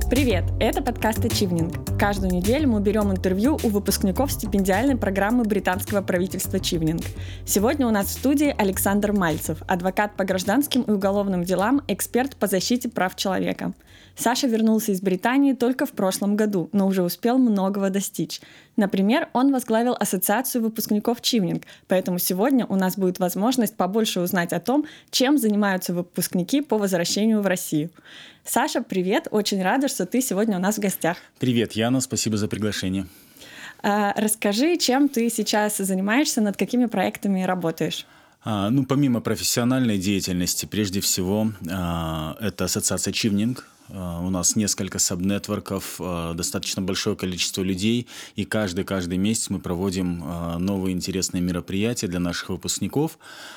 Привет! Это подкаст «Ачивнинг». Каждую неделю мы берем интервью у выпускников стипендиальной программы британского правительства «Ачивнинг». Сегодня у нас в студии Александр Мальцев, адвокат по гражданским и уголовным делам, эксперт по защите прав человека. Саша вернулся из Британии только в прошлом году, но уже успел многого достичь. Например, он возглавил ассоциацию выпускников «Ачивнинг», поэтому сегодня у нас будет возможность побольше узнать о том, чем занимаются выпускники по возвращению в Россию. Саша, привет! Очень рада, что ты сегодня у нас в гостях. Привет, Яна, спасибо за приглашение. Расскажи, чем ты сейчас занимаешься, над какими проектами работаешь? Помимо профессиональной деятельности, прежде всего, это ассоциация «Ачивнинг». У нас несколько сабнетворков, достаточно большое количество людей, и каждый месяц мы проводим новые интересные мероприятия для наших выпускников.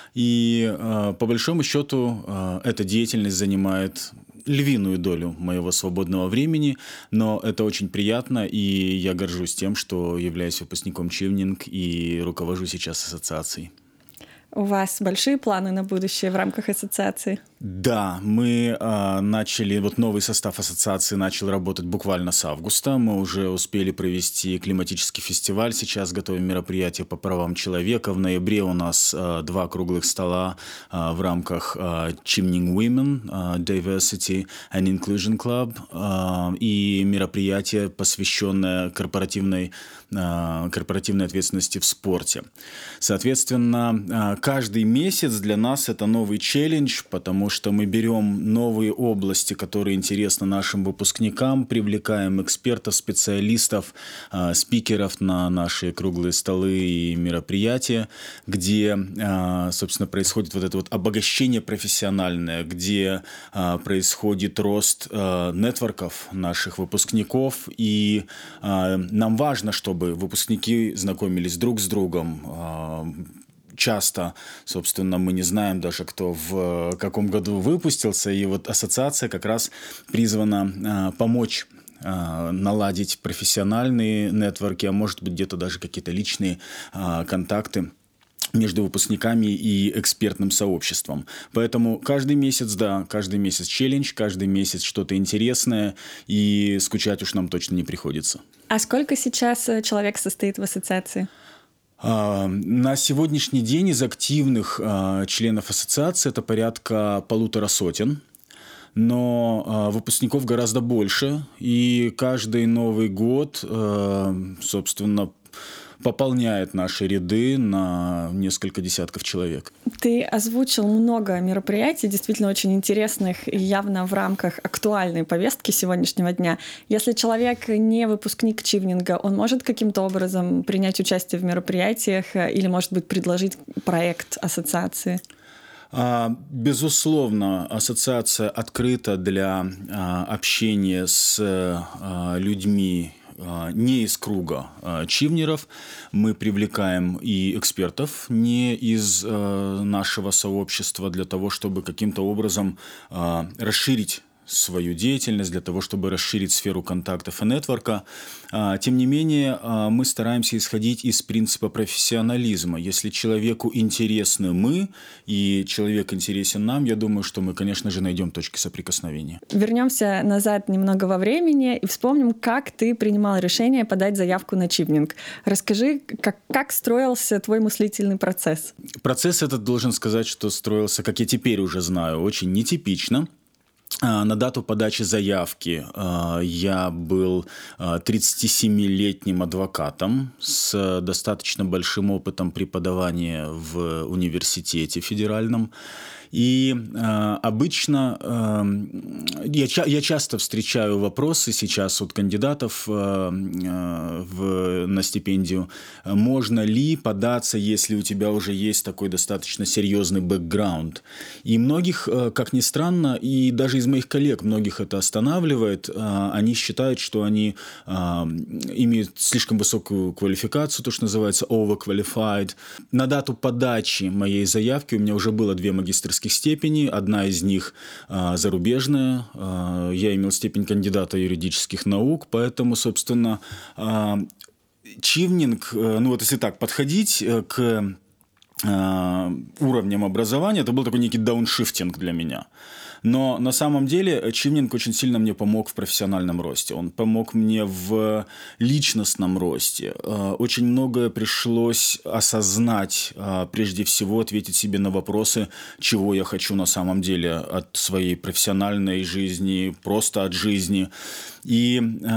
И по большому счету эта деятельность занимает львиную долю моего свободного времени, но это очень приятно, и я горжусь тем, что являюсь выпускником «Ачивнинг» и руковожу сейчас ассоциацией. У вас большие планы на будущее в рамках ассоциации? Да, мы начали, новый состав ассоциации начал работать буквально с августа. Мы уже успели провести климатический фестиваль, сейчас готовим мероприятие по правам человека. В ноябре у нас 2 круглых стола в рамках Ачивнинг Women, Diversity and Inclusion Club и мероприятие, посвященное корпоративной ответственности в спорте. Соответственно, каждый месяц для нас это новый челлендж, потому что мы берем новые области, которые интересны нашим выпускникам, привлекаем экспертов, специалистов, спикеров на наши круглые столы и мероприятия, где, собственно, происходит это обогащение профессиональное, где происходит рост нетворков наших выпускников, и нам важно, чтобы выпускники знакомились друг с другом. Часто, собственно, мы не знаем даже, кто в каком году выпустился, и ассоциация как раз призвана помочь наладить профессиональные нетворки, а может быть где-то даже какие-то личные контакты между выпускниками и экспертным сообществом. Поэтому каждый месяц челлендж, каждый месяц что-то интересное, и скучать уж нам точно не приходится. А сколько сейчас человек состоит в ассоциации? На сегодняшний день из активных членов ассоциации это порядка 150, но выпускников гораздо больше, и каждый Новый год, собственно, пополняет наши ряды на несколько десятков человек. Ты озвучил много мероприятий, действительно очень интересных, и явно в рамках актуальной повестки сегодняшнего дня. Если человек не выпускник Ачивнинга, он может каким-то образом принять участие в мероприятиях или, может быть, предложить проект ассоциации? Безусловно, ассоциация открыта для общения с людьми не из круга ачивнеров. Мы привлекаем и экспертов не из нашего сообщества для того, чтобы каким-то образом расширить свою деятельность, для того, чтобы расширить сферу контактов и нетворка. Тем не менее, мы стараемся исходить из принципа профессионализма. Если человеку интересны мы, и человек интересен нам, я думаю, что мы, конечно же, найдем точки соприкосновения. Вернемся назад немного во времени и вспомним, как ты принимал решение подать заявку на Ачивнинг. Расскажи, как строился твой мыслительный процесс? Процесс этот, должен сказать, что строился, как я теперь уже знаю, очень нетипично. На дату подачи заявки я был 37-летним адвокатом с достаточно большим опытом преподавания в университете федеральном. И обычно я часто встречаю вопросы сейчас от кандидатов на стипендию. Можно ли податься, если у тебя уже есть такой достаточно серьезный бэкграунд? И многих, как ни странно, и даже из моих коллег многих это останавливает. Они считают, что они имеют слишком высокую квалификацию, то, что называется overqualified. На дату подачи моей заявки у меня уже было 2 магистерских степени, одна из них зарубежная. Я имел степень кандидата юридических наук, поэтому, собственно, Ачивнинг, если так подходить к уровнем образования, это был такой некий дауншифтинг для меня. Но на самом деле Чивнинг очень сильно мне помог в профессиональном росте. Он помог мне в личностном росте. Очень многое пришлось осознать, прежде всего ответить себе на вопросы, чего я хочу на самом деле от своей профессиональной жизни, просто от жизни. И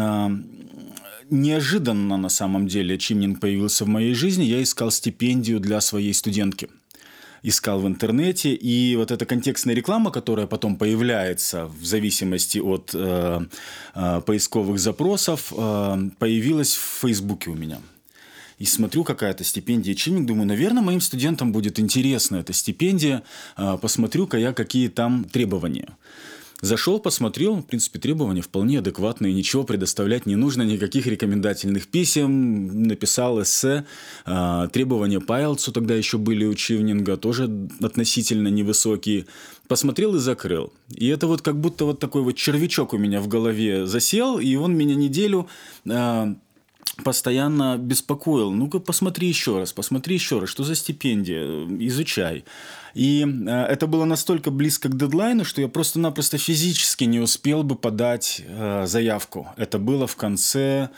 неожиданно на самом деле Чивнинг появился в моей жизни. Я искал стипендию для своей студентки. Искал в интернете, и вот эта контекстная реклама, которая потом появляется в зависимости от поисковых запросов, появилась в Фейсбуке у меня. И смотрю, какая-то стипендия Чивнинг, думаю, наверное, моим студентам будет интересна эта стипендия, посмотрю-ка я, какие там требования. Зашел, посмотрел, в принципе, требования вполне адекватные, ничего предоставлять не нужно, никаких рекомендательных писем, написал эссе, требования по IELTS тогда еще были у Чивнинга, тоже относительно невысокие, посмотрел и закрыл. И это вот как будто вот такой вот червячок у меня в голове засел, и он меня неделю постоянно беспокоил. Ну-ка, посмотри еще раз, что за стипендия, изучай. И это было настолько близко к дедлайну, что я просто-напросто физически не успел бы подать заявку. Это было в конце...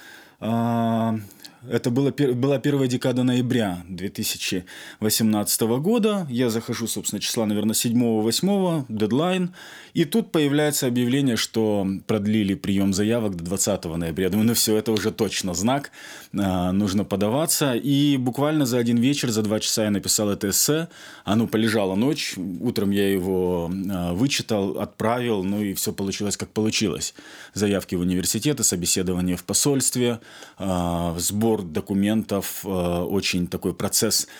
была первая декада ноября 2018 года. Я захожу, собственно, числа, наверное, 7-8, дедлайн. И тут появляется объявление, что продлили прием заявок до 20 ноября. Я думаю, ну все, это уже точно знак. Нужно подаваться. И буквально за один вечер, за 2 часа я написал это эссе. Оно полежало ночь. Утром я его вычитал, отправил. Ну и все получилось, как получилось. Заявки в университеты, собеседование в посольстве, сбор документов, очень такой процесс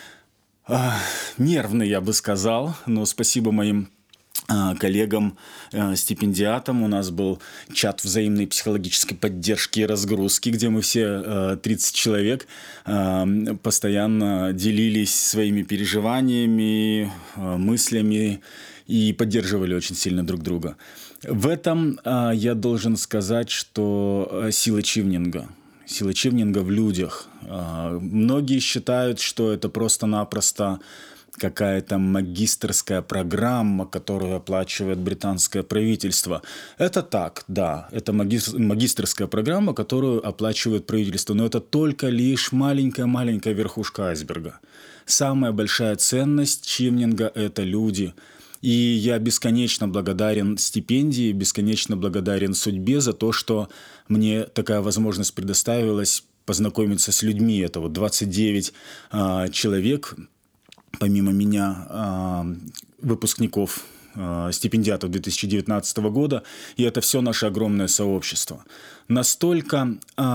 нервный, я бы сказал, но спасибо моим коллегам, стипендиатам. У нас был чат взаимной психологической поддержки и разгрузки, где мы все 30 человек постоянно делились своими переживаниями, мыслями и поддерживали очень сильно друг друга. В этом я должен сказать, что сила Чивнинга. Сила Чивнинга в людях. Многие считают, что это просто-напросто какая-то магистерская программа, которую оплачивает британское правительство. Это так, да, это магистерская программа, которую оплачивает правительство, но это только лишь маленькая-маленькая верхушка айсберга. Самая большая ценность Чивнинга – это люди. И я бесконечно благодарен стипендии, бесконечно благодарен судьбе за то, что мне такая возможность предоставилась познакомиться с людьми. Это вот 29 человек, помимо меня, выпускников, стипендиатов 2019 года, и это все наше огромное сообщество. Настолько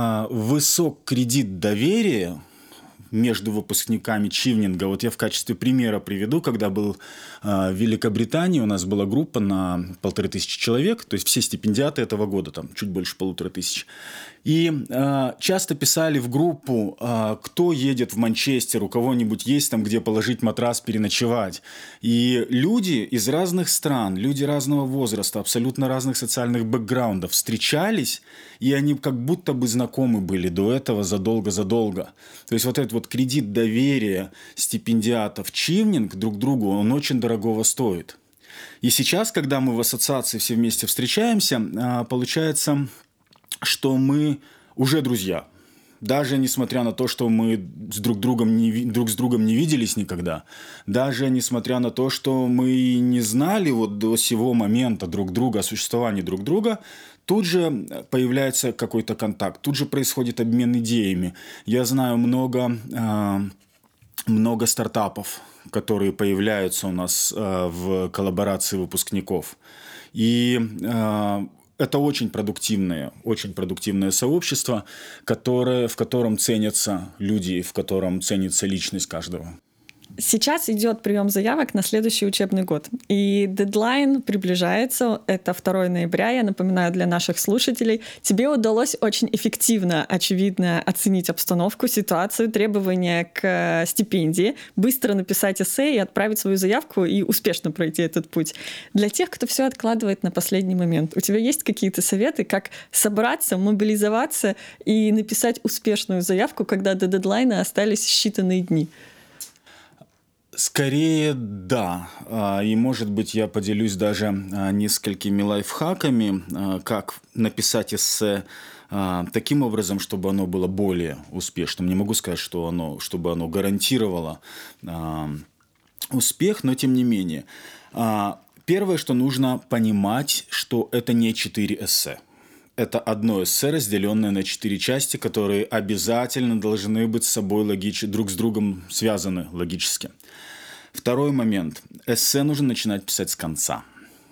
высок кредит доверия между выпускниками Чивнинга. Вот я в качестве примера приведу, когда был в Великобритании, у нас была группа на 1500 человек, то есть все стипендиаты этого года, там чуть больше 1500. И часто писали в группу, кто едет в Манчестер, у кого-нибудь есть там, где положить матрас, переночевать. И люди из разных стран, люди разного возраста, абсолютно разных социальных бэкграундов встречались, и они как будто бы знакомы были до этого задолго-задолго. То есть вот этот вот кредит доверия стипендиатов Чивнинг друг к другу, он очень дорогого стоит. И сейчас, когда мы в ассоциации все вместе встречаемся, получается, что мы уже друзья. Даже несмотря на то, что мы друг с другом не виделись никогда. Даже несмотря на то, что мы не знали вот до сего момента друг друга, о существовании друг друга, тут же появляется какой-то контакт, тут же происходит обмен идеями. Я знаю много стартапов, которые появляются у нас в коллаборации выпускников. И это очень продуктивное сообщество, в котором ценятся люди, в котором ценится личность каждого. Сейчас идет прием заявок на следующий учебный год. И дедлайн приближается. Это 2 ноября. Я напоминаю для наших слушателей. Тебе удалось очень эффективно, очевидно, оценить обстановку, ситуацию, требования к стипендии, быстро написать эссе и отправить свою заявку и успешно пройти этот путь. Для тех, кто все откладывает на последний момент, у тебя есть какие-то советы, как собраться, мобилизоваться и написать успешную заявку, когда до дедлайна остались считанные дни? Скорее, да. И, может быть, я поделюсь даже несколькими лайфхаками, как написать эссе таким образом, чтобы оно было более успешным. Не могу сказать, чтобы оно гарантировало успех, но тем не менее. Первое, что нужно понимать, что это не 4 эссе. Это одно эссе, разделенное на 4 части, которые обязательно должны быть с собой друг с другом связаны логически. Второй момент. Эссе нужно начинать писать с конца,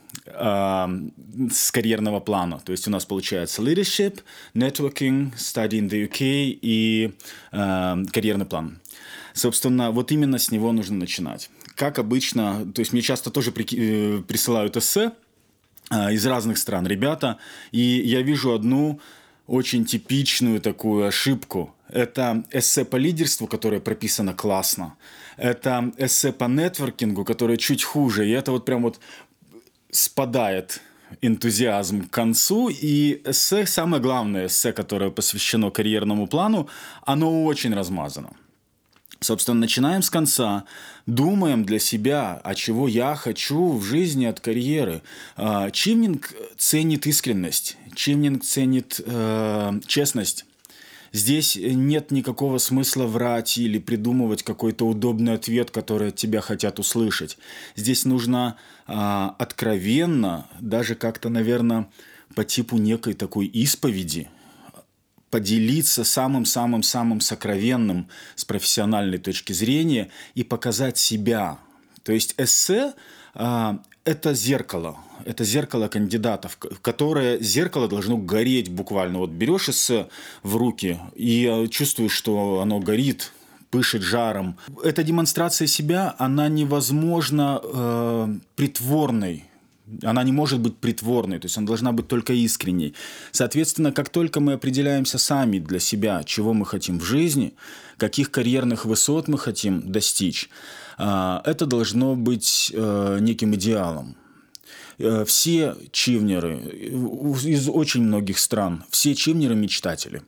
с карьерного плана. То есть у нас получается leadership, networking, study in the UK и карьерный план. Собственно, вот именно с него нужно начинать. Как обычно, то есть мне часто тоже присылают эссе из разных стран ребята, и я вижу одну очень типичную такую ошибку. Это эссе по лидерству, которое прописано классно. Это эссе по нетворкингу, которое чуть хуже. И это вот прям вот спадает энтузиазм к концу. И эссе, самое главное эссе, которое посвящено карьерному плану, оно очень размазано. Собственно, начинаем с конца, думаем для себя, а чего я хочу в жизни от карьеры. Чивнинг ценит искренность, Чивнинг ценит честность. Здесь нет никакого смысла врать или придумывать какой-то удобный ответ, который от тебя хотят услышать. Здесь нужно откровенно, даже как-то, наверное, по типу некой такой исповеди, поделиться самым-самым-самым сокровенным с профессиональной точки зрения и показать себя. То есть эссе это зеркало кандидатов, которое зеркало должно гореть буквально. Вот берешь эссе в руки и чувствуешь, что оно горит, пышет жаром. Эта демонстрация себя, она невозможна притворной. Она не может быть притворной, то есть она должна быть только искренней. Соответственно, как только мы определяемся сами для себя, чего мы хотим в жизни, каких карьерных высот мы хотим достичь, это должно быть неким идеалом. Все чивнеры из очень многих стран, все чивнеры – мечтатели.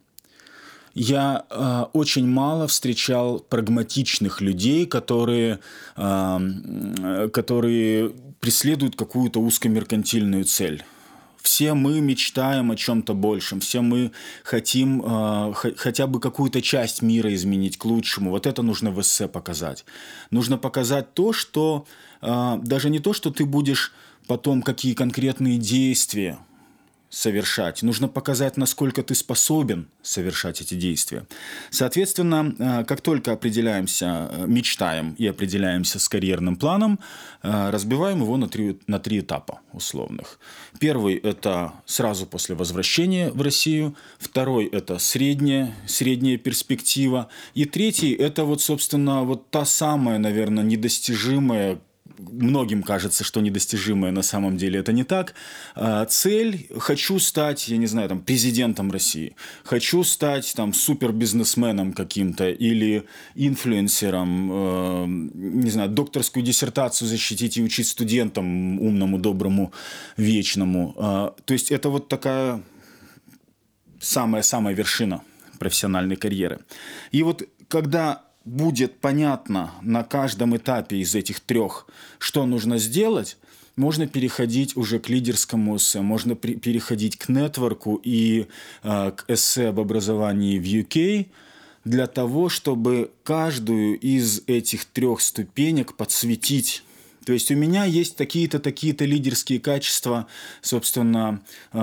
Я очень мало встречал прагматичных людей, которые преследуют какую-то узкомеркантильную цель. Все мы мечтаем о чем-то большем, все мы хотим хотя бы какую-то часть мира изменить к лучшему. Вот это нужно в эссе показать. Нужно показать то, что даже не то, что ты будешь потом какие конкретные действия совершать. Нужно показать, насколько ты способен совершать эти действия. Соответственно, как только мечтаем и определяемся с карьерным планом, разбиваем его на три этапа условных. Первый – это сразу после возвращения в Россию. Второй – это средняя перспектива. И третий – это вот, собственно, вот та самая, наверное, недостижимая, многим кажется, что недостижимое, на самом деле это не так. Цель – хочу стать, я не знаю, там, президентом России, хочу стать там супербизнесменом каким-то или инфлюенсером, не знаю, докторскую диссертацию защитить и учить студентам умному, доброму, вечному. То есть это вот такая самая вершина профессиональной карьеры. И вот когда будет понятно на каждом этапе из этих трех, что нужно сделать, можно переходить уже к лидерскому эссе, можно переходить к нетворку и к эссе об образовании в UK для того, чтобы каждую из этих трех ступенек подсветить. То есть у меня есть такие-то лидерские качества, собственно,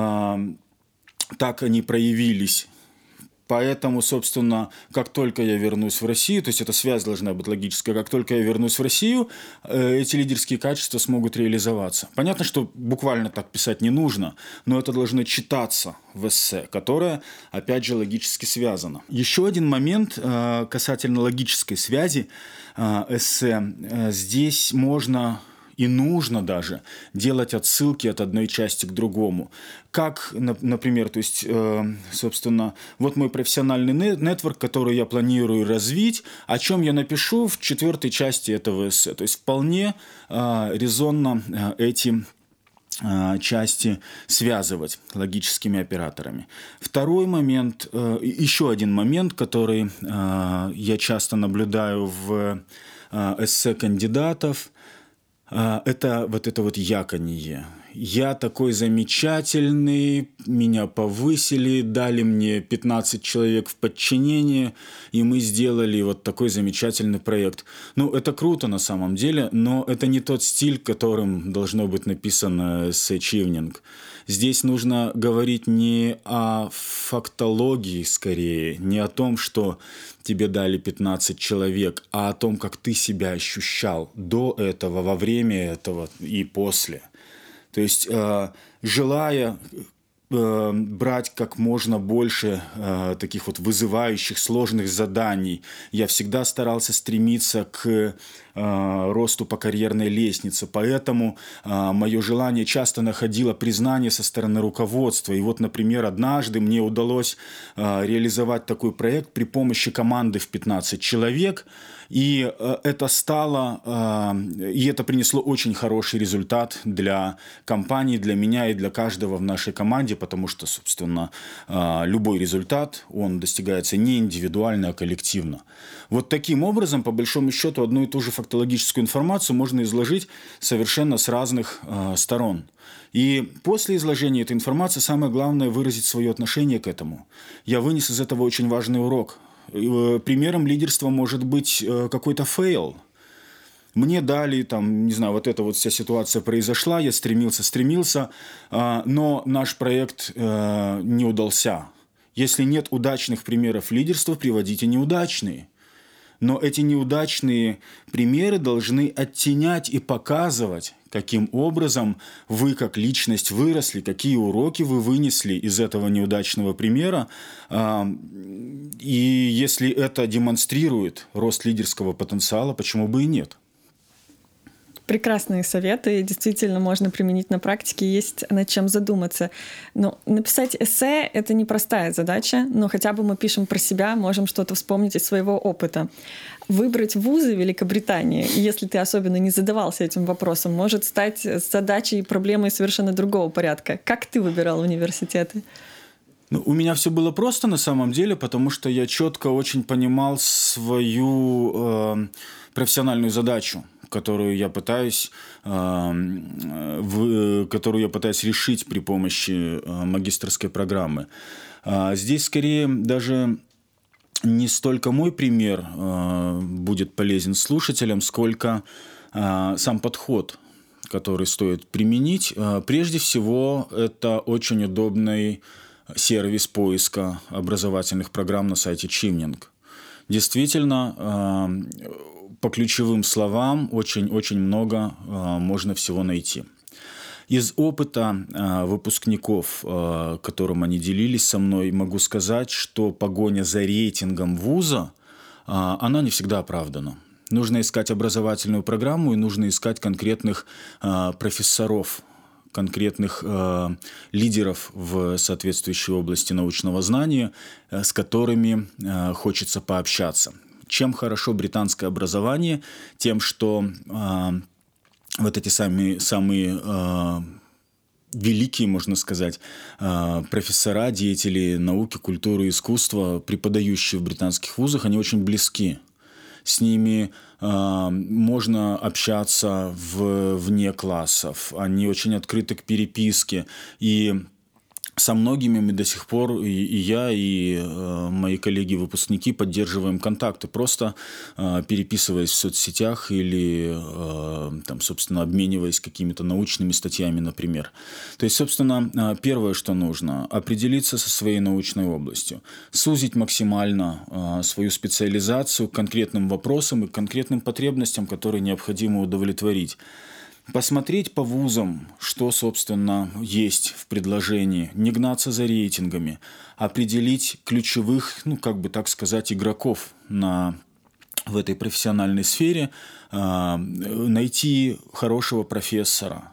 так они проявились. Поэтому, собственно, как только я вернусь в Россию, то есть эта связь должна быть логическая, как только я вернусь в Россию, эти лидерские качества смогут реализоваться. Понятно, что буквально так писать не нужно, но это должно читаться в эссе, которое, опять же, логически связано. Еще один момент касательно логической связи эссе. Здесь можно и нужно даже делать отсылки от одной части к другому. Как, например, то есть, собственно, вот мой профессиональный нетворк, который я планирую развить, о чем я напишу в 4 части этого эссе. То есть вполне резонно эти части связывать логическими операторами. Второй момент, еще один момент, который я часто наблюдаю в эссе кандидатов. Это вот яконье. Я такой замечательный, меня повысили, дали мне 15 человек в подчинение, и мы сделали вот такой замечательный проект. Это круто на самом деле, но это не тот стиль, которым должно быть написано эссе «Чивнинг». Здесь нужно говорить не о фактологии скорее, не о том, что тебе дали 15 человек, а о том, как ты себя ощущал до этого, во время этого и после. То есть, желая брать как можно больше таких вот вызывающих, сложных заданий, я всегда старался стремиться к росту по карьерной лестнице. Поэтому мое желание часто находило признание со стороны руководства. И вот, например, однажды мне удалось реализовать такой проект при помощи команды в 15 человек. И это принесло очень хороший результат для компании, для меня и для каждого в нашей команде, потому что, собственно, любой результат, он достигается не индивидуально, а коллективно. Вот таким образом, по большому счету, одну и ту же фактологическую информацию можно изложить совершенно с разных сторон. И после изложения этой информации самое главное – выразить свое отношение к этому. Я вынес из этого очень важный урок. Примером лидерства может быть какой-то фейл. Мне дали, вот эта вот вся ситуация произошла, я стремился, но наш проект не удался. Если нет удачных примеров лидерства, приводите неудачные. Но эти неудачные примеры должны оттенять и показывать, каким образом вы как личность выросли, какие уроки вы вынесли из этого неудачного примера. И если это демонстрирует рост лидерского потенциала, почему бы и нет? Прекрасные советы, действительно можно применить на практике, есть над чем задуматься. Но написать эссе — это непростая задача, но хотя бы мы пишем про себя, можем что-то вспомнить из своего опыта. Выбрать вузы Великобритании, если ты особенно не задавался этим вопросом, может стать задачей и проблемой совершенно другого порядка. Как ты выбирал университеты? У меня все было просто на самом деле, потому что я четко очень понимал свою профессиональную задачу, которую я пытаюсь решить при помощи магистерской программы. Здесь скорее даже не столько мой пример будет полезен слушателям, сколько сам подход, который стоит применить. Прежде всего, это очень удобный сервис поиска образовательных программ на сайте Чивнинг. Действительно, по ключевым словам очень-очень много можно всего найти. Из опыта выпускников, которым они делились со мной, могу сказать, что погоня за рейтингом вуза, она не всегда оправдана. Нужно искать образовательную программу и нужно искать конкретных профессоров, конкретных лидеров в соответствующей области научного знания, с которыми хочется пообщаться. Чем хорошо британское образование? Тем, что вот эти самые великие, можно сказать, профессора, деятели науки, культуры, искусства, преподающие в британских вузах, они очень близки. С ними можно общаться вне классов, они очень открыты к переписке, и со многими мы до сих пор, и я, и мои коллеги-выпускники поддерживаем контакты, просто переписываясь в соцсетях или, собственно, обмениваясь какими-то научными статьями, например. То есть, собственно, первое, что нужно – определиться со своей научной областью, сузить максимально свою специализацию к конкретным вопросам и к конкретным потребностям, которые необходимо удовлетворить. Посмотреть по вузам, что, собственно, есть в предложении, не гнаться за рейтингами, определить ключевых, игроков в этой профессиональной сфере, найти хорошего профессора,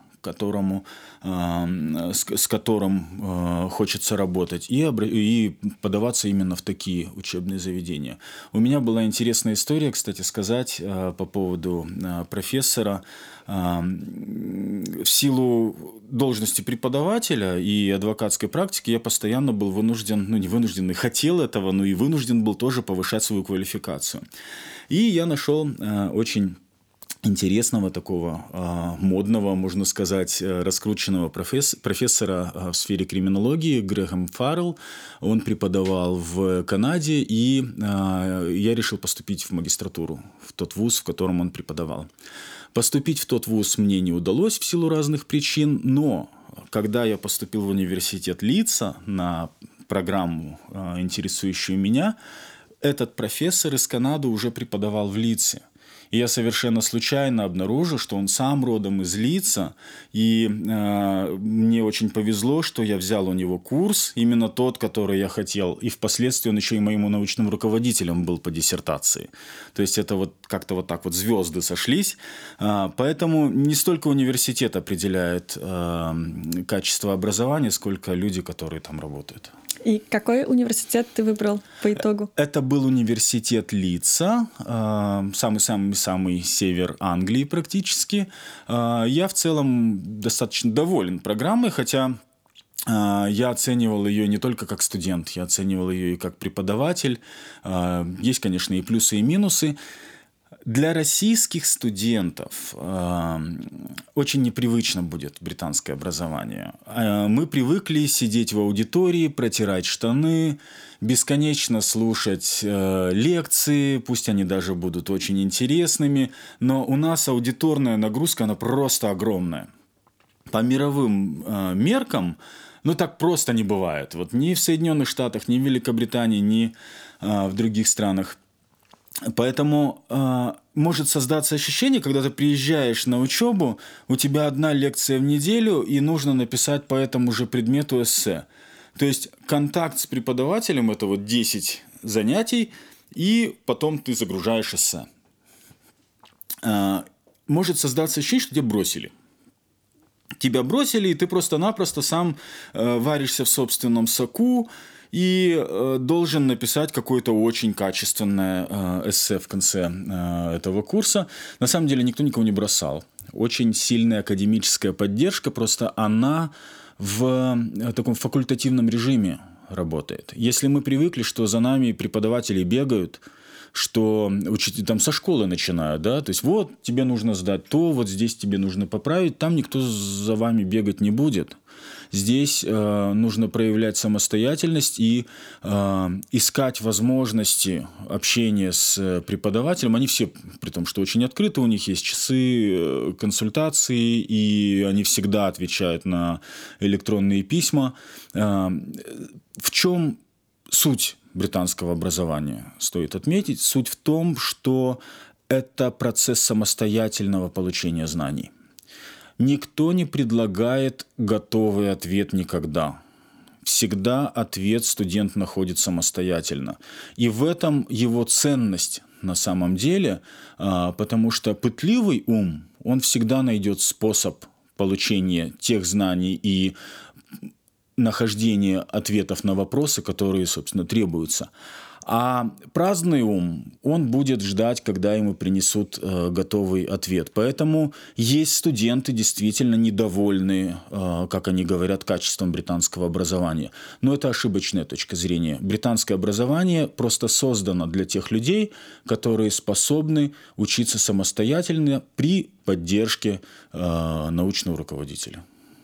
с которым хочется работать, и подаваться именно в такие учебные заведения. У меня была интересная история, кстати сказать, по поводу профессора. В силу должности преподавателя и адвокатской практики я постоянно был вынужден, не вынужден, и хотел этого, но и вынужден был тоже повышать свою квалификацию. И я нашел очень интересного такого модного, можно сказать, раскрученного профессора в сфере криминологии Грэхэм Фаррелл. Он преподавал в Канаде, и я решил поступить в магистратуру, в тот вуз, в котором он преподавал. Поступить в тот вуз мне не удалось в силу разных причин, но когда я поступил в университет Лидса на программу, интересующую меня, этот профессор из Канады уже преподавал в Лидсе. И я совершенно случайно обнаружил, что он сам родом из Лидса, и мне очень повезло, что я взял у него курс, именно тот, который я хотел, и впоследствии он еще и моим научным руководителем был по диссертации. То есть это вот как-то вот так вот звезды сошлись, поэтому не столько университет определяет качество образования, сколько люди, которые там работают. И какой университет ты выбрал по итогу? Это был университет Лидса, самый-самый север Англии практически. Я в целом достаточно доволен программой, хотя я оценивал ее не только как студент, я оценивал ее и как преподаватель. Есть, конечно, и плюсы, и минусы. Для российских студентов очень непривычно будет британское образование. Мы привыкли сидеть в аудитории, протирать штаны, бесконечно слушать лекции, пусть они даже будут очень интересными, но у нас аудиторная нагрузка, она просто огромная. По мировым меркам, так просто не бывает. Вот ни в Соединенных Штатах, ни в Великобритании, ни в других странах. Поэтому может создаться ощущение, когда ты приезжаешь на учебу, у тебя одна лекция в неделю, и нужно написать по этому же предмету эссе. То есть контакт с преподавателем – это вот 10 занятий, и потом ты загружаешь эссе. Может создаться ощущение, что тебя бросили. Тебя бросили, и ты просто-напросто сам варишься в собственном соку, и должен написать какое-то очень качественное эссе в конце этого курса. На самом деле никто никого не бросал. Очень сильная академическая поддержка, просто она в таком факультативном режиме работает. Если мы привыкли, что за нами преподаватели бегают, что учитель там со школы начинают, да, то есть вот тебе нужно сдать то, вот здесь тебе нужно поправить, там никто за вами бегать не будет. Здесь нужно проявлять самостоятельность и искать возможности общения с преподавателем. Они все, при том, что очень открыты, у них есть часы консультации, и они всегда отвечают на электронные письма. В чем суть британского образования, стоит отметить? Суть в том, что это процесс самостоятельного получения знаний. Никто не предлагает готовый ответ никогда. Всегда ответ студент находит самостоятельно. И в этом его ценность на самом деле, потому что пытливый ум, он всегда найдет способ получения тех знаний и нахождения ответов на вопросы, которые, собственно, требуются. А праздный ум, он будет ждать, когда ему принесут готовый ответ. Поэтому есть студенты, действительно недовольные, как они говорят, качеством британского образования. Но это ошибочная точка зрения. Британское образование просто создано для тех людей, которые способны учиться самостоятельно при поддержке научного руководителя.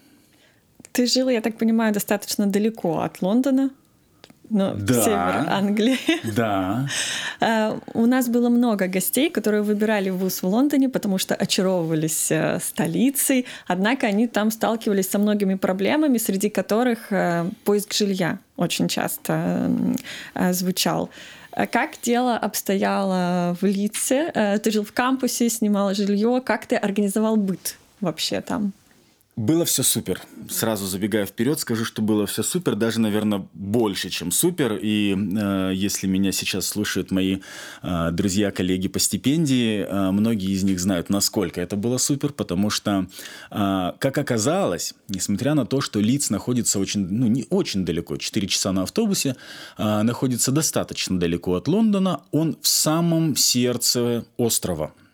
Ты жил, я так понимаю, достаточно далеко от Лондона. Да. Север Англии. Да. У нас было много гостей, которые выбирали вуз в Лондоне, потому что очаровывались столицей. Однако они там сталкивались со многими проблемами, среди которых поиск жилья очень часто звучал. Как дело обстояло в Лидсе? Ты жил в кампусе, снимал жилье. Как ты организовал быт вообще там? Было все супер. Сразу забегая вперед, скажу, что было все супер, даже, наверное, больше, чем супер. И если меня сейчас слушают мои друзья, коллеги по стипендии, многие из них знают, насколько это было супер, потому что, как оказалось, несмотря на то, что Лидс находится не очень далеко, 4 часа на автобусе, находится достаточно далеко от Лондона, он в самом сердце острова.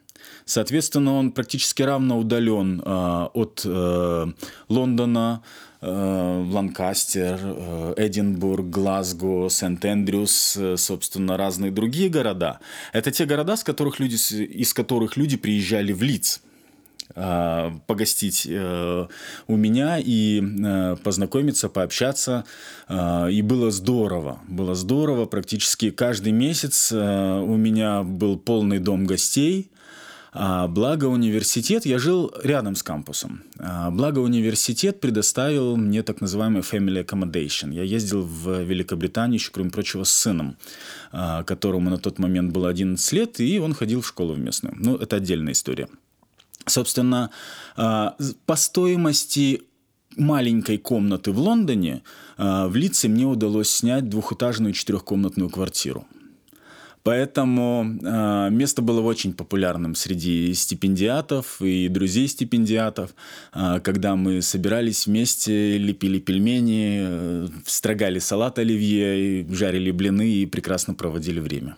Соответственно, он практически равно удален от Лондона, Ланкастер, Эдинбург, Глазго, Сент-Эндрюс, собственно, разные другие города. Это те города, из которых люди приезжали в Лидс погостить у меня и познакомиться, пообщаться. И было здорово. Было здорово. Практически каждый месяц у меня был полный дом гостей. Благо университет, я жил рядом с кампусом, благо университет предоставил мне так называемый family accommodation. Я ездил в Великобританию еще, кроме прочего, с сыном, которому на тот момент было 11 лет, и он ходил в школу в местную. Ну, это отдельная история. Собственно, по стоимости маленькой комнаты в Лондоне в Лидсе мне удалось снять двухэтажную 4-комнатную квартиру. Поэтому место было очень популярным среди стипендиатов и друзей стипендиатов, когда мы собирались вместе, лепили пельмени, строгали салат оливье, жарили блины и прекрасно проводили время.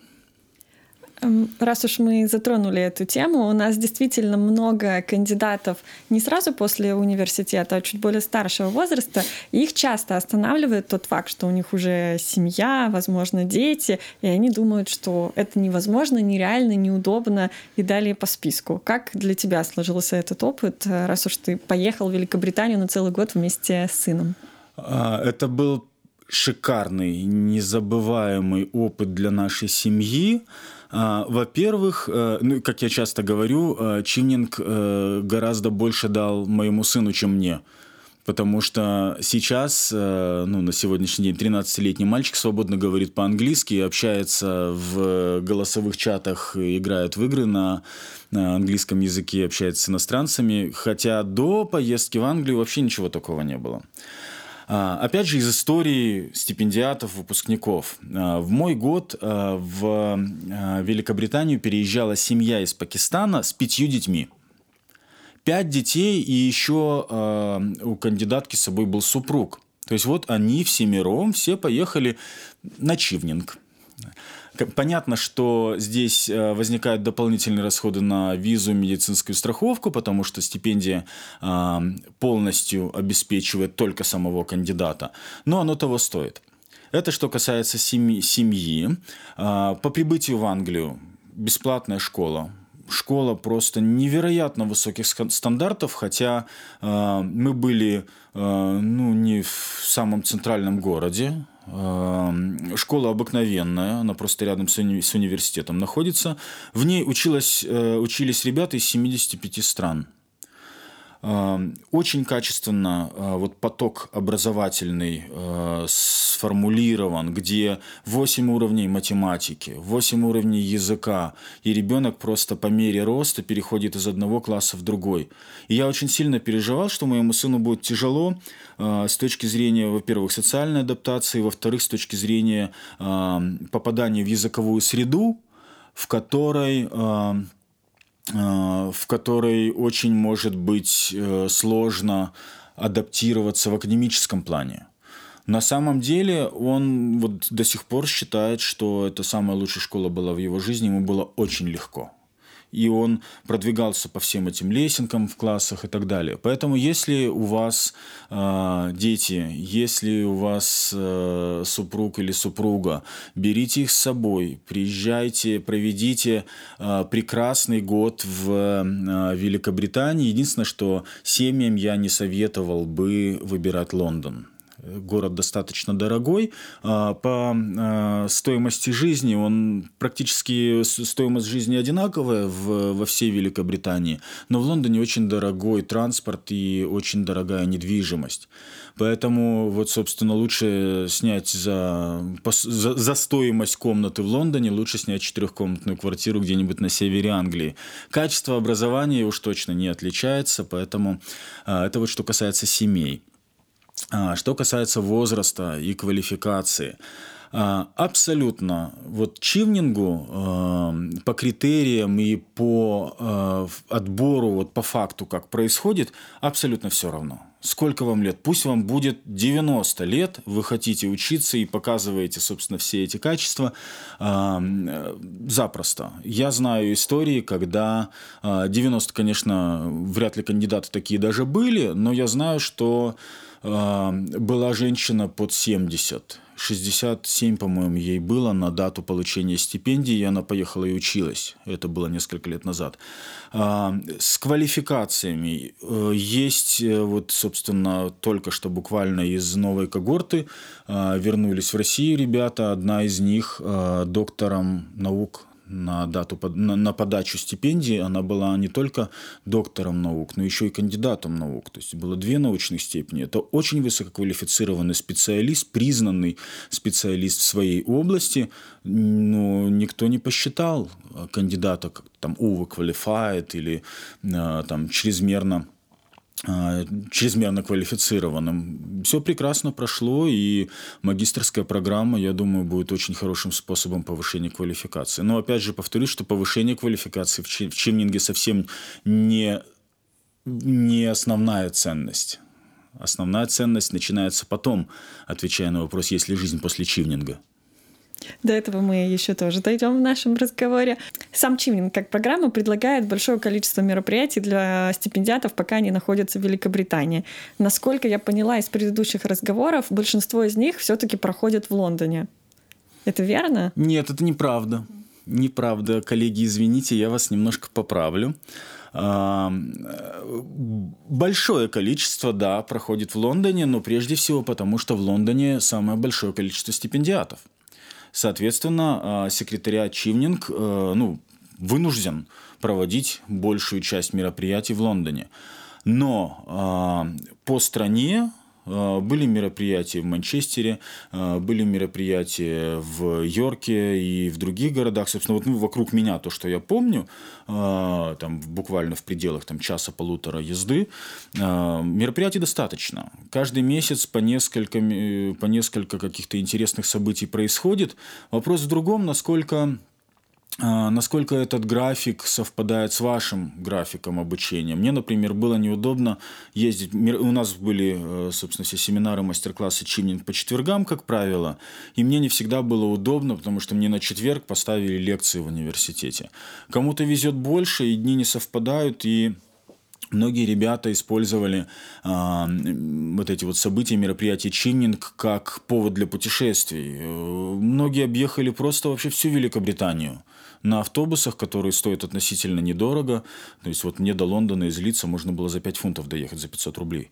Раз уж мы затронули эту тему, у нас действительно много кандидатов не сразу после университета, а чуть более старшего возраста. И их часто останавливает тот факт, что у них уже семья, возможно, дети, и они думают, что это невозможно, нереально, неудобно и далее по списку. Как для тебя сложился этот опыт, раз уж ты поехал в Великобританию на целый год вместе с сыном? Это был шикарный, незабываемый опыт для нашей семьи. Во-первых, как я часто говорю, Чивнинг гораздо больше дал моему сыну, чем мне. Потому что сейчас, на сегодняшний день, 13-летний мальчик свободно говорит по-английски, общается в голосовых чатах, играет в игры на английском языке, общается с иностранцами. Хотя до поездки в Англию вообще ничего такого не было. Опять же, из истории стипендиатов, выпускников. В мой год в Великобританию переезжала семья из Пакистана с 5 детьми. 5 детей, и еще у кандидатки с собой был супруг. То есть вот они всемиром все поехали на Чивнинг. Понятно, что здесь возникают дополнительные расходы на визу, медицинскую страховку, потому что стипендия полностью обеспечивает только самого кандидата, но оно того стоит. Это что касается семьи. По прибытию в Англию бесплатная школа. Школа просто невероятно высоких стандартов, хотя мы были не в самом центральном городе. Школа обыкновенная, она просто рядом с университетом находится. В ней учились ребята из 75 стран. Очень качественно поток образовательный сформулирован, где 8 уровней математики, 8 уровней языка, и ребенок просто по мере роста переходит из одного класса в другой. И я очень сильно переживал, что моему сыну будет тяжело с точки зрения, во-первых, социальной адаптации, во-вторых, с точки зрения попадания в языковую среду, в которой очень может быть сложно адаптироваться в академическом плане. На самом деле он до сих пор считает, что это самая лучшая школа была в его жизни, ему было очень легко. И он продвигался по всем этим лесенкам в классах и так далее. Поэтому если у вас дети, если у вас супруг или супруга, берите их с собой, приезжайте, проведите прекрасный год в Великобритании. Единственное, что семьям я не советовал бы выбирать Лондон. Город достаточно дорогой. По стоимости жизни практически стоимость жизни одинаковая во всей Великобритании, но в Лондоне очень дорогой транспорт и очень дорогая недвижимость. Поэтому собственно, лучше снять за стоимость комнаты в Лондоне, лучше снять 4-комнатную квартиру где-нибудь на севере Англии. Качество образования уж точно не отличается, поэтому это что касается семей. Что касается возраста и квалификации, абсолютно Чивнингу по критериям и по отбору, по факту, как происходит, абсолютно все равно. Сколько вам лет? Пусть вам будет 90 лет, вы хотите учиться и показываете, собственно, все эти качества запросто. Я знаю истории, когда 90, конечно, вряд ли кандидаты такие даже были, но я знаю, что была женщина под 70, 67, по-моему, ей было на дату получения стипендии, и она поехала и училась. Это было несколько лет назад. С квалификациями есть, вот, собственно, только что буквально из новой когорты вернулись в Россию ребята. Одна из них доктором наук на подачу стипендии, она была не только доктором наук, но еще и кандидатом наук. То есть было 2 научных степени. Это очень высококвалифицированный специалист, признанный специалист в своей области, но никто не посчитал кандидата как там overqualified или там чрезмерно квалифицированным. Все прекрасно прошло, и магистерская программа, я думаю, будет очень хорошим способом повышения квалификации. Но опять же повторюсь, что повышение квалификации в чивнинге совсем не основная ценность. Основная ценность начинается потом, отвечая на вопрос, есть ли жизнь после чивнинга. До этого мы еще тоже дойдем в нашем разговоре. Сам чивнинг как программа предлагает большое количество мероприятий для стипендиатов, пока они находятся в Великобритании. Насколько я поняла из предыдущих разговоров, большинство из них все-таки проходят в Лондоне. Это верно? Нет, это неправда. Неправда, коллеги, извините, я вас немножко поправлю. Большое количество, да, проходит в Лондоне, но прежде всего потому, что в Лондоне самое большое количество стипендиатов. Соответственно, секретариат Чивнинг вынужден проводить большую часть мероприятий в Лондоне. Но по стране были мероприятия в Манчестере, были мероприятия в Йорке и в других городах. Собственно, вот вокруг меня то, что я помню, там, буквально в пределах часа-полутора езды, мероприятий достаточно. Каждый месяц по несколько каких-то интересных событий происходит. Вопрос в другом, насколько этот график совпадает с вашим графиком обучения. Мне, например, было неудобно ездить. У нас были, собственно, все семинары, мастер-классы чивнинг по четвергам, как правило. И мне не всегда было удобно, потому что мне на четверг поставили лекции в университете. Кому-то везет больше, и дни не совпадают, и многие ребята использовали вот эти вот события, мероприятия чивнинг как повод для путешествий. Многие объехали просто вообще всю Великобританию на автобусах, которые стоят относительно недорого. То есть вот мне до Лондона из Лидса можно было за 5 фунтов доехать, за 500 рублей.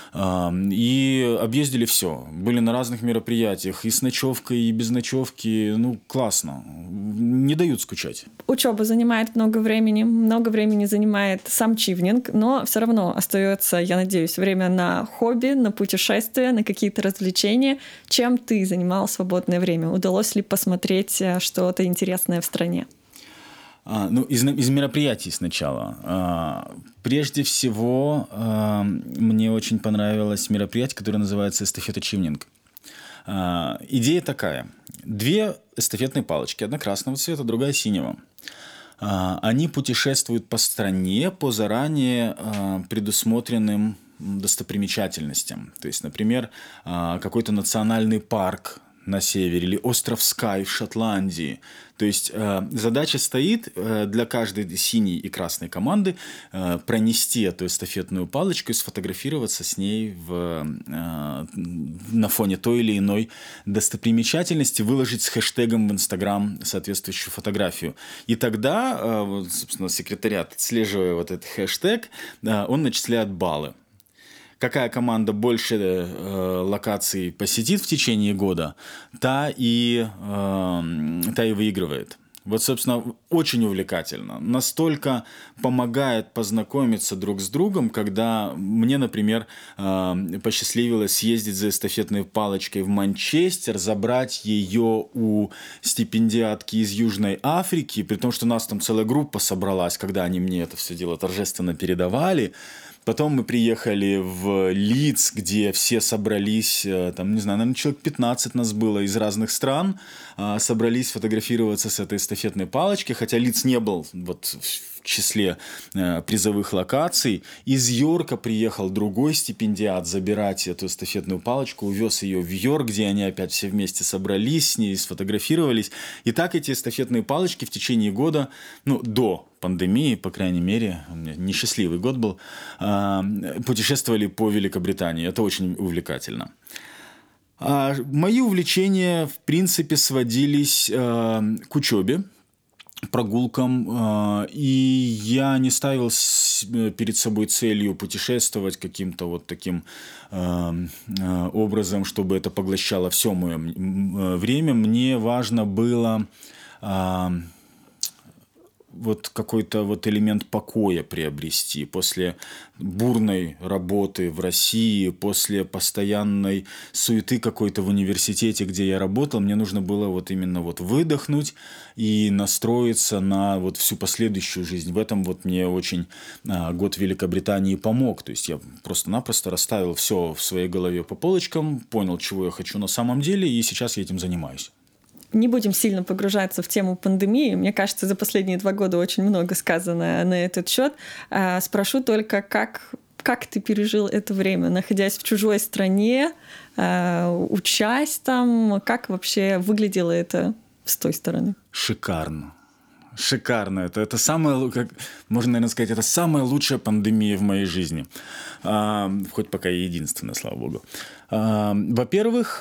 И объездили все. Были на разных мероприятиях и с ночевкой, и без ночевки. Классно. Не дают скучать. Учеба занимает много времени занимает сам чивнинг, но все равно остается, я надеюсь, время на хобби, на путешествия, на какие-то развлечения. Чем ты занимал свободное время? Удалось ли посмотреть что-то интересное в стране? Из мероприятий сначала. Прежде всего, мне очень понравилось мероприятие, которое называется «Эстафета Чивнинг». Идея такая. 2 эстафетные палочки, одна красного цвета, другая синего. Они путешествуют по стране по заранее предусмотренным достопримечательностям. То есть, например, какой-то национальный парк на севере или остров Скай в Шотландии. То есть задача стоит для каждой синей и красной команды пронести эту эстафетную палочку и сфотографироваться с ней на фоне той или иной достопримечательности, выложить с хэштегом в Инстаграм соответствующую фотографию. И тогда, собственно, секретариат, отслеживая вот этот хэштег, он начисляет баллы. Какая команда больше локаций посетит в течение года, та и выигрывает. Вот, собственно, очень увлекательно. Настолько помогает познакомиться друг с другом, когда мне, например, посчастливилось съездить за эстафетной палочкой в Манчестер, забрать ее у стипендиатки из Южной Африки, при том, что у нас там целая группа собралась, когда они мне это все дело торжественно передавали. Потом мы приехали в Лидс, где все собрались, там, не знаю, наверное, человек 15 нас было из разных стран, собрались фотографироваться с этой эстафетной палочкой, хотя Лидс не был вот в числе призовых локаций. Из Йорка приехал другой стипендиат забирать эту эстафетную палочку, увез ее в Йорк, где они опять все вместе собрались с ней, сфотографировались. И так эти эстафетные палочки в течение года, до пандемии, по крайней мере, у меня несчастливый год был, путешествовали по Великобритании. Это очень увлекательно. Мои увлечения, в принципе, сводились к учебе, прогулкам, и я не ставил перед собой целью путешествовать каким-то вот таким образом, чтобы это поглощало все мое время. Мне важно было вот какой-то вот элемент покоя приобрести после бурной работы в России, после постоянной суеты какой-то в университете, где я работал. Мне нужно было вот именно вот выдохнуть и настроиться на вот всю последующую жизнь. В этом вот мне очень год в Великобритании помог. То есть я просто-напросто расставил все в своей голове по полочкам, понял, чего я хочу на самом деле, и сейчас я этим занимаюсь. Не будем сильно погружаться в тему пандемии. Мне кажется, за последние 2 года очень много сказано на этот счет. Спрошу только, как ты пережил это время, находясь в чужой стране, учась там? Как вообще выглядело это с той стороны? Шикарно. Это самая, как можно, наверное, сказать, это самая лучшая пандемия в моей жизни. Хоть пока и единственная, слава богу. Во-первых,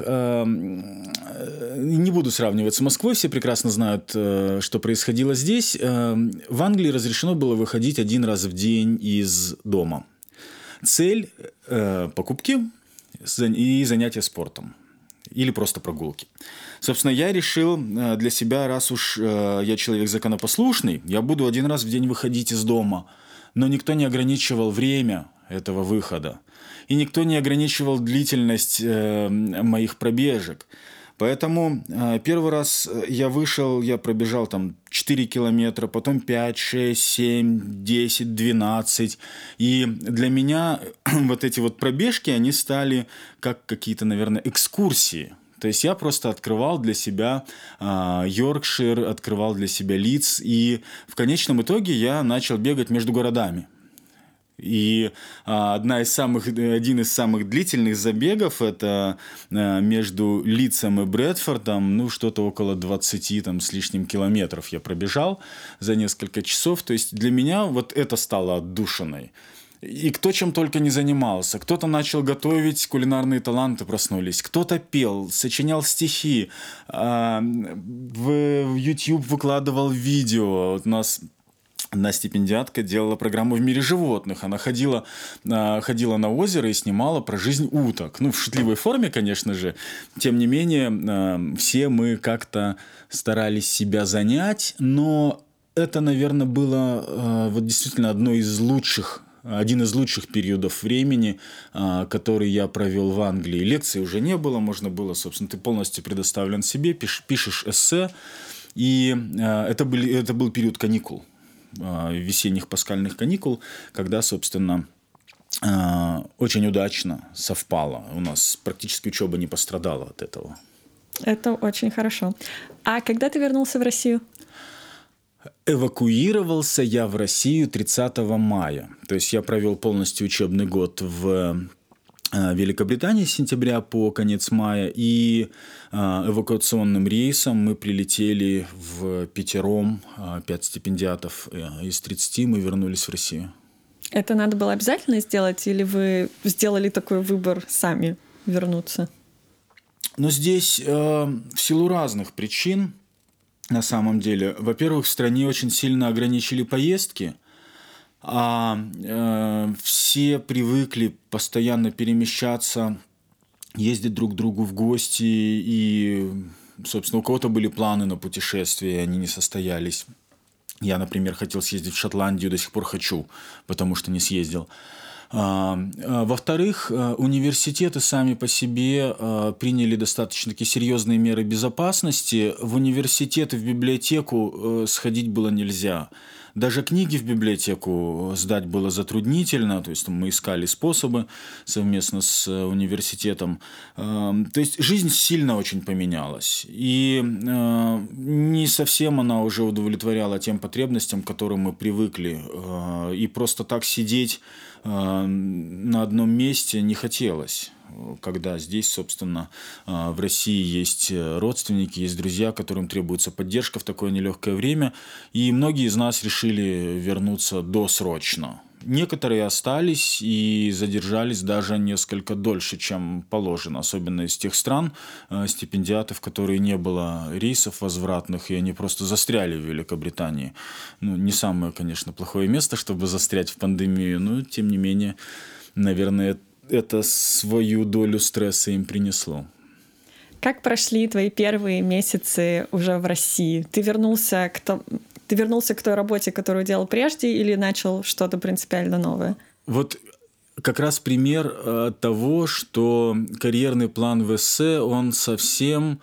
не буду сравнивать с Москвой, все прекрасно знают, что происходило здесь. В Англии разрешено было выходить 1 раз в день из дома. Цель – покупки и занятия спортом. Или просто прогулки. Собственно, я решил для себя, раз уж я человек законопослушный, я буду 1 раз в день выходить из дома. Но никто не ограничивал время этого выхода. И никто не ограничивал длительность моих пробежек. Поэтому первый раз я вышел, я пробежал там 4 километра, потом 5, 6, 7, 10, 12. И для меня вот эти вот пробежки, они стали как какие-то, наверное, экскурсии. То есть я просто открывал для себя Йоркшир, открывал для себя Лидс. И в конечном итоге я начал бегать между городами. И один из самых длительных забегов – это между Лидсом и Брэдфордом, что-то около 20 там, с лишним километров я пробежал за несколько часов. То есть для меня вот это стало отдушиной. И кто чем только не занимался. Кто-то начал готовить, кулинарные таланты проснулись. Кто-то пел, сочинял стихи, в YouTube выкладывал видео. Вот у нас одна стипендиатка делала программу «В мире животных». Она ходила на озеро и снимала про жизнь уток. В шутливой форме, конечно же. Тем не менее, все мы как-то старались себя занять. Но это, наверное, было вот действительно один из лучших периодов времени, который я провел в Англии. Лекций уже не было, можно было, собственно, ты полностью предоставлен себе, пишешь эссе. И это был период каникул. Весенних пасхальных каникул, когда, собственно, очень удачно совпало. У нас практически учеба не пострадала от этого. Это очень хорошо. А когда ты вернулся в Россию? Эвакуировался я в Россию 30 мая. То есть я провел полностью учебный год в Великобритании с сентября по конец мая, и эвакуационным рейсом мы прилетели впятером, 5 стипендиатов из 30, мы вернулись в Россию. Это надо было обязательно сделать, или вы сделали такой выбор сами вернуться? Но здесь в силу разных причин, на самом деле. Во-первых, в стране очень сильно ограничили поездки, все привыкли постоянно перемещаться, ездить друг к другу в гости, и, собственно, у кого-то были планы на путешествия, и они не состоялись. Я, например, хотел съездить в Шотландию, до сих пор хочу, потому что не съездил. Во-вторых, университеты сами по себе приняли достаточно такие серьезные меры безопасности. В университет и в библиотеку сходить было нельзя. Даже книги в библиотеку сдать было затруднительно, то есть мы искали способы совместно с университетом. То есть жизнь сильно очень поменялась. И не совсем она уже удовлетворяла тем потребностям, к которым мы привыкли. И просто так сидеть на одном месте не хотелось, когда здесь, собственно, в России есть родственники, есть друзья, которым требуется поддержка в такое нелегкое время, и многие из нас решили вернуться досрочно. Некоторые остались и задержались даже несколько дольше, чем положено, особенно из тех стран, стипендиатов, в которые не было рейсов возвратных, и они просто застряли в Великобритании. Не самое, конечно, плохое место, чтобы застрять в пандемию, но, тем не менее, наверное, это свою долю стресса им принесло. Как прошли твои первые месяцы уже в России? Ты вернулся к той работе, которую делал прежде, или начал что-то принципиально новое? Вот как раз пример того, что карьерный план в эссе, он совсем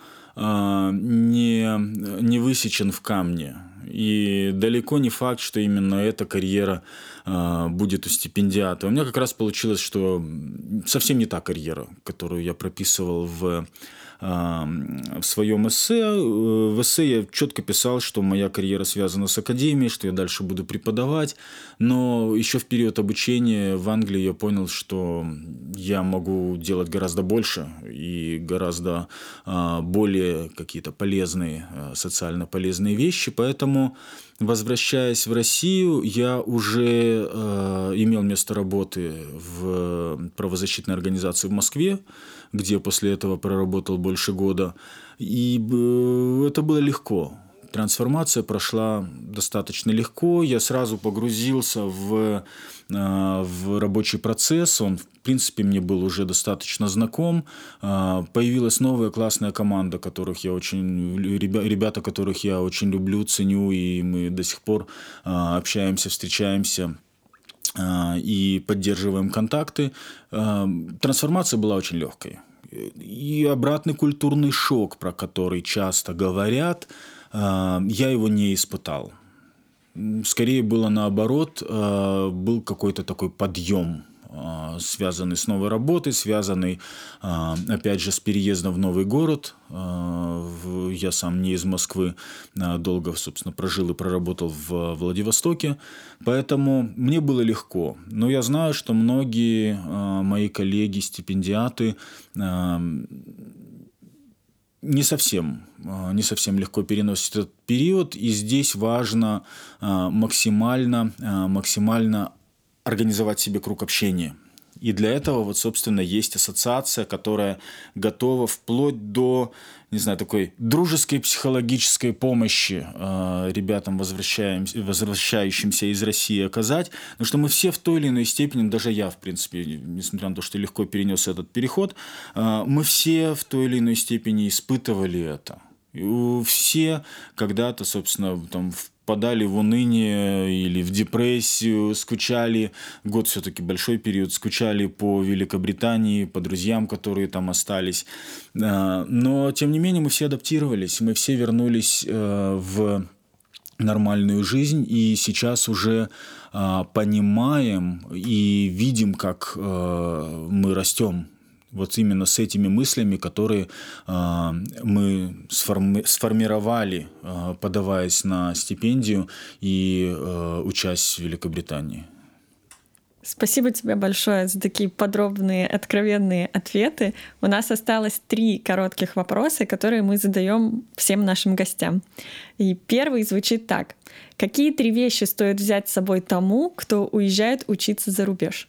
не высечен в камне. И далеко не факт, что именно эта карьера будет у стипендиата. У меня как раз получилось, что совсем не та карьера, которую я прописывал в своем эссе. В эссе я четко писал, что моя карьера связана с академией, что я дальше буду преподавать. Но еще в период обучения в Англии я понял, что я могу делать гораздо больше и гораздо более какие-то полезные, социально полезные вещи. Поэтому, возвращаясь в Россию, я уже имел место работы в правозащитной организации в Москве, где после этого проработал больше года. И это было легко. Трансформация прошла достаточно легко. Я сразу погрузился в рабочий процесс. Он, в принципе, мне был уже достаточно знаком. Появилась новая классная команда, ребята, которых я очень люблю, ценю, и мы до сих пор общаемся, встречаемся и поддерживаем контакты. Трансформация была очень легкой. И обратный культурный шок, про который часто говорят, я его не испытал. Скорее было наоборот, был какой-то такой подъем, связанный с новой работой, связанный, опять же, с переездом в новый город. Я сам не из Москвы, долго, собственно, прожил и проработал в Владивостоке, поэтому мне было легко. Но я знаю, что многие мои коллеги, стипендиаты, не совсем легко переносят этот период, и здесь важно максимально организовать себе круг общения. И для этого, вот, собственно, есть ассоциация, которая готова вплоть до, не знаю, такой дружеской психологической помощи ребятам, возвращающимся из России, оказать. Потому что мы все в той или иной степени, даже я, в принципе, несмотря на то, что легко перенес этот переход, мы все в той или иной степени испытывали это. И все когда-то, собственно, впадали в уныние или в депрессию, скучали, год все-таки большой период, скучали по Великобритании, по друзьям, которые там остались. Но, тем не менее, мы все адаптировались, мы все вернулись в нормальную жизнь, и сейчас уже понимаем и видим, как мы растем. Вот именно с этими мыслями, которые мы сформировали, подаваясь на стипендию и учась в Великобритании. Спасибо тебе большое за такие подробные, откровенные ответы. У нас осталось 3 коротких вопроса, которые мы задаем всем нашим гостям. И первый звучит так. Какие 3 вещи стоит взять с собой тому, кто уезжает учиться за рубеж?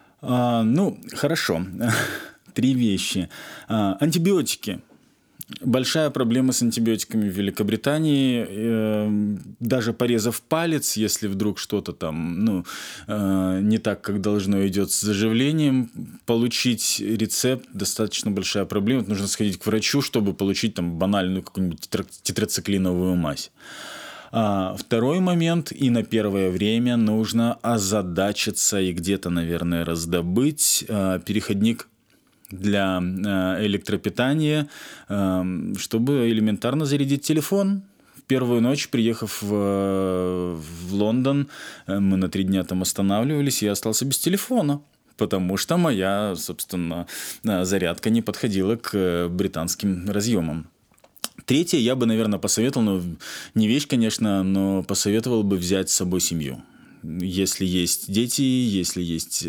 Хорошо. 3 вещи. Антибиотики. Большая проблема с антибиотиками в Великобритании. Даже порезав палец, если вдруг что-то там не так, как должно, идет с заживлением, получить рецепт – достаточно большая проблема. Нужно сходить к врачу, чтобы получить там банальную какую-нибудь тетрациклиновую мазь. Второй момент, и на первое время нужно озадачиться и где-то, наверное, раздобыть переходник для электропитания, чтобы элементарно зарядить телефон. В В первую ночь, приехав в Лондон, мы на 3 дня там останавливались, и я остался без телефона, потому что моя, собственно, зарядка не подходила к британским разъемам. Третье, я бы, наверное, посоветовал, не вещь, конечно, но посоветовал бы взять с собой семью. Если есть дети, если есть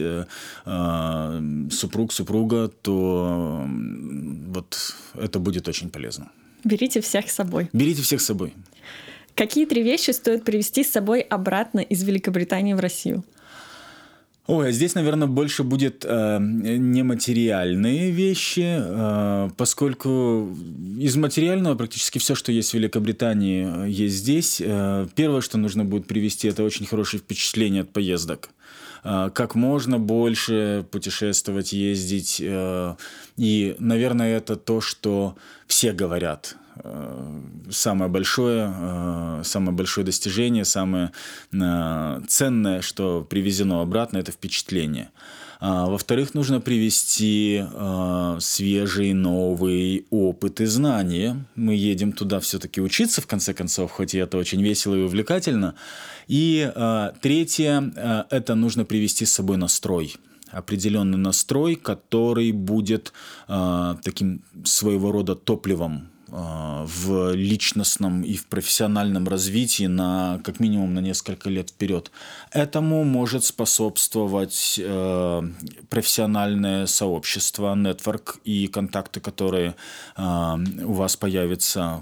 супруг, супруга, то вот это будет очень полезно. Берите всех с собой. Берите всех с собой. Какие 3 вещи стоит привезти с собой обратно из Великобритании в Россию? Ой, а здесь, наверное, больше будет нематериальные вещи, поскольку из материального практически все, что есть в Великобритании, есть здесь. Первое, что нужно будет привезти, это очень хорошее впечатление от поездок. Как можно больше путешествовать, ездить. И, наверное, это то, что все говорят. Самое большое достижение, самое ценное, что привезено обратно, это впечатление. Во-вторых, нужно привезти свежий, новый опыт и знания. Мы едем туда все-таки учиться, в конце концов, хоть и это очень весело и увлекательно. И третье, это нужно привезти с собой настрой. Определенный настрой, который будет таким своего рода топливом в личностном и в профессиональном развитии как минимум на несколько лет вперед. Этому может способствовать профессиональное сообщество, нетворк и контакты, которые у вас появятся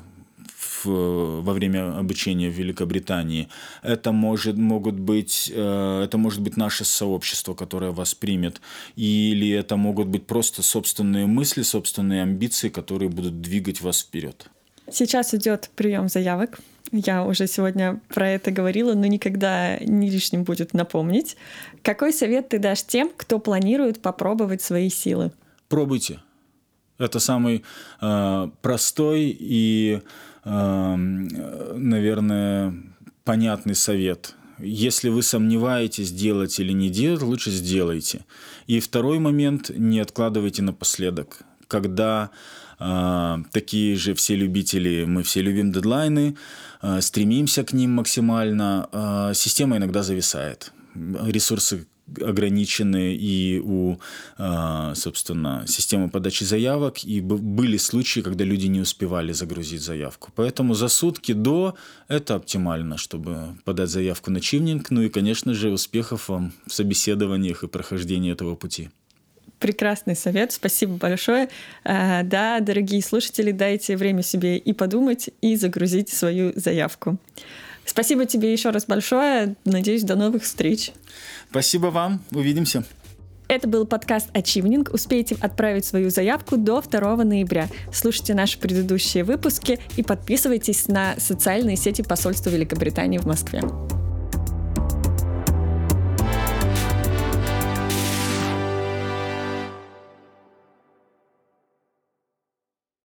во время обучения в Великобритании. Это может быть наше сообщество, которое вас примет, или это могут быть просто собственные мысли, собственные амбиции, которые будут двигать вас вперед. Сейчас идет прием заявок. Я уже сегодня про это говорила, но никогда не лишним будет напомнить. Какой совет ты дашь тем, кто планирует попробовать свои силы? Пробуйте. Это самый простой и, наверное, понятный совет. Если вы сомневаетесь, делать или не делать, лучше сделайте. И второй момент, не откладывайте напоследок. Когда такие же все любители, мы все любим дедлайны, стремимся к ним максимально, система иногда зависает. Ресурсы ограничены и у, собственно, системы подачи заявок, и были случаи, когда люди не успевали загрузить заявку. Поэтому за сутки до это оптимально, чтобы подать заявку на Чивнинг. Ну и, конечно же, успехов вам в собеседованиях и прохождении этого пути. Прекрасный совет, спасибо большое. Да, дорогие слушатели, дайте время себе и подумать, и загрузить свою заявку. Спасибо тебе еще раз большое. Надеюсь, до новых встреч. Спасибо вам. Увидимся. Это был подкаст Achievning. Успейте отправить свою заявку до 2 ноября. Слушайте наши предыдущие выпуски и подписывайтесь на социальные сети посольства Великобритании в Москве.